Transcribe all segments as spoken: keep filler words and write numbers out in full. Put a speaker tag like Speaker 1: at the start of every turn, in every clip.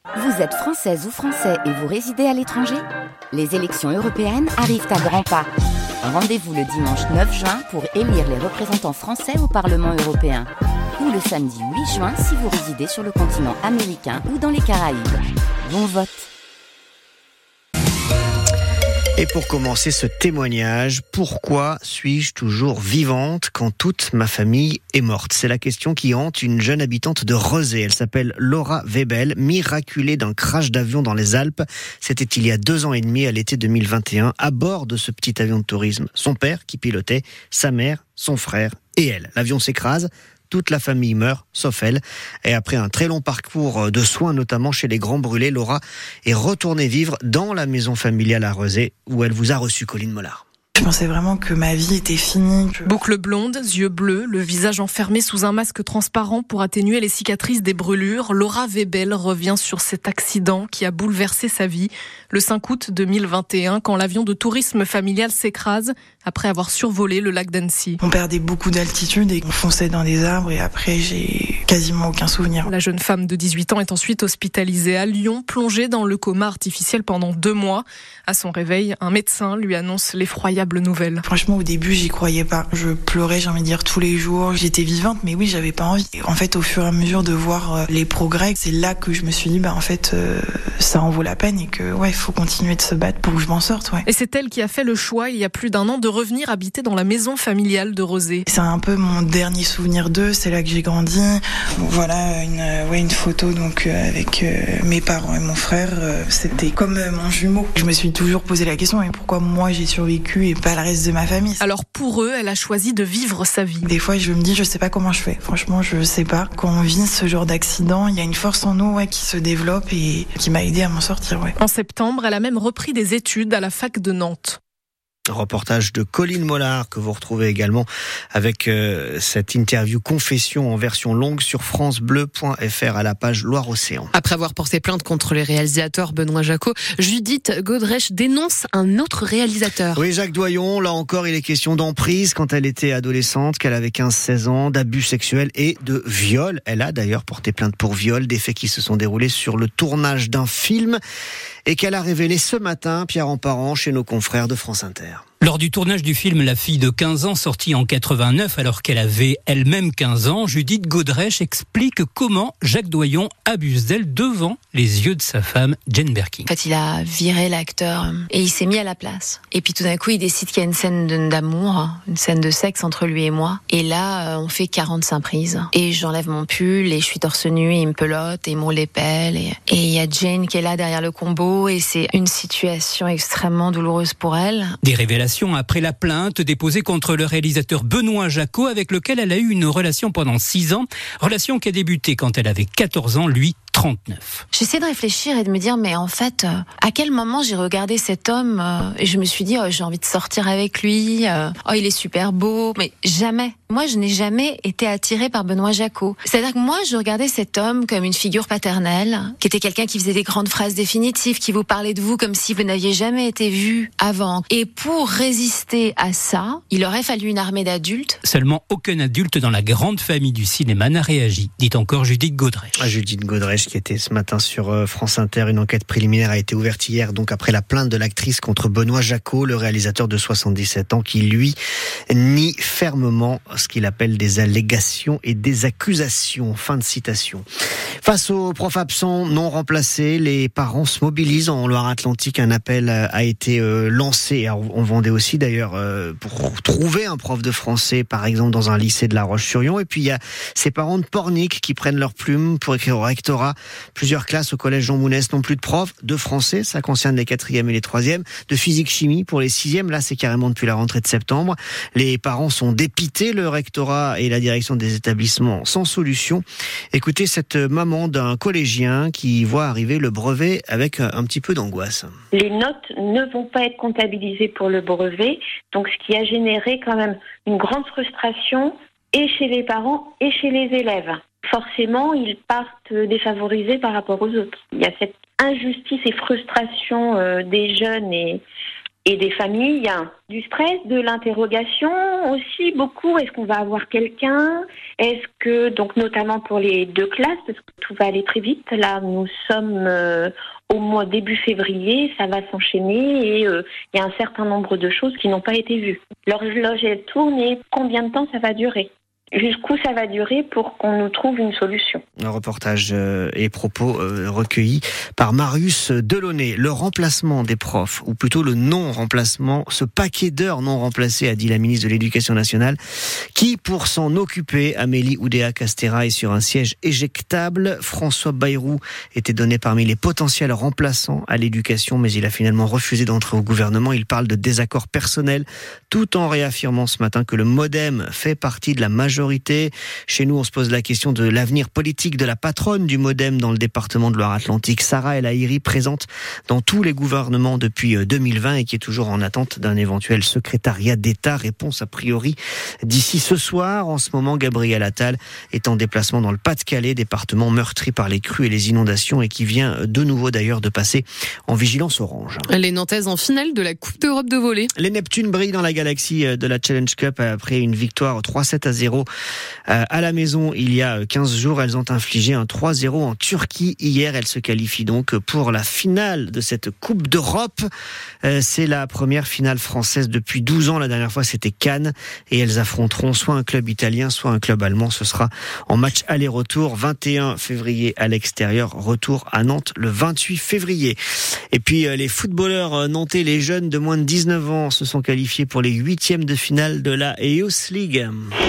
Speaker 1: Vous êtes française ou français et vous résidez à l'étranger ? Les élections européennes arrivent à grands pas. Rendez-vous le dimanche neuf juin pour élire les représentants français au Parlement européen. Ou le samedi huit juin si vous résidez sur le continent américain ou dans les Caraïbes. Bon vote!
Speaker 2: Et pour commencer ce témoignage, pourquoi suis-je toujours vivante quand toute ma famille est morte ? C'est la question qui hante une jeune habitante de Rezé. Elle s'appelle Laura Webel, miraculée d'un crash d'avion dans les Alpes. C'était il y a deux ans et demi, à l'été deux mille vingt et un, à bord de ce petit avion de tourisme. Son père qui pilotait, sa mère, son frère et elle. L'avion s'écrase. Toute la famille meurt, sauf elle. Et après un très long parcours de soins, notamment chez les grands brûlés, Laura est retournée vivre dans la maison familiale à Rezé, où elle vous a reçu, Colline Mollard.
Speaker 3: Je pensais vraiment que ma vie était finie.
Speaker 4: Boucle blonde, yeux bleus, le visage enfermé sous un masque transparent pour atténuer les cicatrices des brûlures, Laura Webel revient sur cet accident qui a bouleversé sa vie le cinq août deux mille vingt et un, quand l'avion de tourisme familial s'écrase après avoir survolé le lac d'Annecy.
Speaker 3: On perdait beaucoup d'altitude et on fonçait dans des arbres et après j'ai quasiment aucun souvenir.
Speaker 4: La jeune femme de dix-huit ans est ensuite hospitalisée à Lyon, plongée dans le coma artificiel pendant deux mois. À son réveil, un médecin lui annonce l'effroyable nouvelle.
Speaker 3: Franchement, au début, j'y croyais pas. Je pleurais, j'ai envie de dire, tous les jours. J'étais vivante, mais oui, j'avais pas envie. Et en fait, au fur et à mesure de voir les progrès, c'est là que je me suis dit, bah en fait, euh, ça en vaut la peine et que ouais, faut continuer de se battre pour que je m'en sorte. Ouais.
Speaker 4: Et c'est elle qui a fait le choix, il y a plus d'un an, de revenir habiter dans la maison familiale de Rezé.
Speaker 3: C'est un peu mon dernier souvenir d'eux. C'est là que j'ai grandi. Bon, voilà une ouais une photo donc euh, avec euh, mes parents et mon frère. Euh, c'était comme euh, mon jumeau. Je me suis toujours posé la question, mais pourquoi moi j'ai survécu et pas le reste de ma famille ?
Speaker 4: Alors pour eux, elle a choisi de vivre sa vie.
Speaker 3: Des fois, je me dis, je sais pas comment je fais. Franchement, je sais pas. Quand on vit ce genre d'accident, il y a une force en nous ouais, qui se développe et qui m'a aidé à m'en sortir. Ouais.
Speaker 4: En septembre, elle a même repris des études à la fac de Nantes.
Speaker 2: Reportage de Colline Mollard que vous retrouvez également avec euh, cette interview confession en version longue sur francebleu point f r à la page Loire-Océan.
Speaker 5: Après avoir porté plainte contre les réalisateurs Benoît Jacquot, Judith Godrèche dénonce un autre réalisateur.
Speaker 2: Oui, Jacques Doyon, là encore il est question d'emprise quand elle était adolescente, qu'elle avait quinze seize ans, d'abus sexuels et de viol. Elle a d'ailleurs porté plainte pour viol, des faits qui se sont déroulés sur le tournage d'un film et qu'elle a révélé ce matin, Pierre Emparent, chez nos confrères de France Inter.
Speaker 6: Lors du tournage du film La fille de quinze ans, sorti en quatre-vingt-neuf alors qu'elle avait elle-même quinze ans, Judith Godrèche explique comment Jacques Doyon abuse d'elle devant les yeux de sa femme, Jane Birkin.
Speaker 7: En fait, il a viré l'acteur et il s'est mis à la place. Et puis tout d'un coup, il décide qu'il y a une scène d'amour, une scène de sexe entre lui et moi. Et là, on fait quarante-cinq prises. Et j'enlève mon pull et je suis torse nu et il me pelote et il me roule les pelles. Et il y a Jane qui est là derrière le combo et c'est une situation extrêmement douloureuse pour elle.
Speaker 6: Des révélations après la plainte déposée contre le réalisateur Benoît Jacquot, avec lequel elle a eu une relation pendant six ans. Relation qui a débuté quand elle avait quatorze ans, lui trente-neuf.
Speaker 7: J'essaie de réfléchir et de me dire, mais en fait, euh, à quel moment j'ai regardé cet homme euh, et je me suis dit, oh, j'ai envie de sortir avec lui, euh, oh, il est super beau, mais jamais. Moi, je n'ai jamais été attirée par Benoît Jacquot. C'est-à-dire que moi, je regardais cet homme comme une figure paternelle, qui était quelqu'un qui faisait des grandes phrases définitives, qui vous parlait de vous comme si vous n'aviez jamais été vu avant. Et pour résister à ça, il aurait fallu une armée d'adultes.
Speaker 6: Seulement aucun adulte dans la grande famille du cinéma n'a réagi, dit encore Judith Godrèche.
Speaker 2: Ah, Judith Godrèche qui était ce matin sur France Inter. Une enquête préliminaire a été ouverte hier, donc après la plainte de l'actrice contre Benoît Jacquot, le réalisateur de soixante-dix-sept ans, qui lui nie fermement ce qu'il appelle des allégations et des accusations. Fin de citation. Face aux profs absents non remplacés, les parents se mobilisent. En Loire-Atlantique, un appel a été lancé. On vendait aussi d'ailleurs pour trouver un prof de français, par exemple dans un lycée de La Roche-sur-Yon. Et puis il y a ces parents de Pornic qui prennent leur plume pour écrire au rectorat. Plusieurs classes au collège Jean Mounès n'ont plus de profs de français, ça concerne les quatrièmes et les troisièmes, de physique-chimie pour les sixièmes, là c'est carrément depuis la rentrée de septembre. Les parents sont dépités, le rectorat et la direction des établissements sans solution. Écoutez cette maman d'un collégien qui voit arriver le brevet avec un petit peu d'angoisse.
Speaker 8: Les notes ne vont pas être comptabilisées pour le brevet, donc ce qui a généré quand même une grande frustration et chez les parents et chez les élèves. Forcément, ils partent défavorisés par rapport aux autres. Il y a cette injustice et frustration euh, des jeunes et, Et des familles, du stress, de l'interrogation aussi beaucoup. Est-ce qu'on va avoir quelqu'un ? Est-ce que, donc notamment pour les deux classes, parce que tout va aller très vite. Là, nous sommes euh, au mois début février, ça va s'enchaîner et il euh, y a un certain nombre de choses qui n'ont pas été vues. L'horloge, elle tourne et combien de temps ça va durer ? Jusqu'où ça va durer pour qu'on nous trouve une solution.
Speaker 2: Un reportage et propos recueillis par Marius Delaunay. Le remplacement des profs, ou plutôt le non-remplacement, ce paquet d'heures non remplacées, a dit la ministre de l'Éducation nationale, qui, pour s'en occuper, Amélie Oudéa-Castéra, est sur un siège éjectable. François Bayrou était donné parmi les potentiels remplaçants à l'éducation, mais il a finalement refusé d'entrer au gouvernement. Il parle de désaccords personnels, tout en réaffirmant ce matin que le MoDem fait partie de la majorité. Chez nous, on se pose la question de l'avenir politique de la patronne du MoDem dans le département de Loire-Atlantique, Sarah El Haïry, présente dans tous les gouvernements depuis deux mille vingt et qui est toujours en attente d'un éventuel secrétariat d'État. Réponse a priori d'ici ce soir. En ce moment, Gabriel Attal est en déplacement dans le Pas-de-Calais, département meurtri par les crues et les inondations et qui vient de nouveau d'ailleurs de passer en vigilance orange.
Speaker 5: Les Nantaises en finale de la Coupe d'Europe de volley.
Speaker 2: Les Neptunes brillent dans la galaxie de la Challenge Cup après une victoire trois sept à zéro à la maison il y a quinze jours. Elles ont infligé un trois zéro en Turquie hier. Elles se qualifient donc pour la finale de cette Coupe d'Europe. C'est la première finale française depuis douze ans. La dernière fois, c'était Cannes. Et elles affronteront soit un club italien, soit un club allemand. Ce sera en match aller-retour. vingt et un février à l'extérieur. Retour à Nantes le vingt-huit février. Et puis, les footballeurs nantais, les jeunes de moins de dix-neuf ans, se sont qualifiés pour les huitièmes de finale de la Youth League.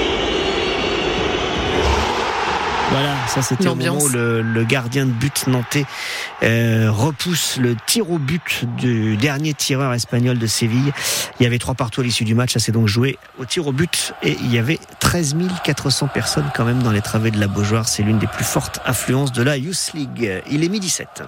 Speaker 2: Voilà, ça c'était l'ambiance. Au moment où le, le gardien de but nantais euh, repousse le tir au but du dernier tireur espagnol de Séville. Il y avait trois partout à l'issue du match, ça s'est donc joué au tir au but et il y avait treize mille quatre cents personnes quand même dans les travées de la Beaujoire. C'est l'une des plus fortes affluences de la Youth League. Il est midi sept.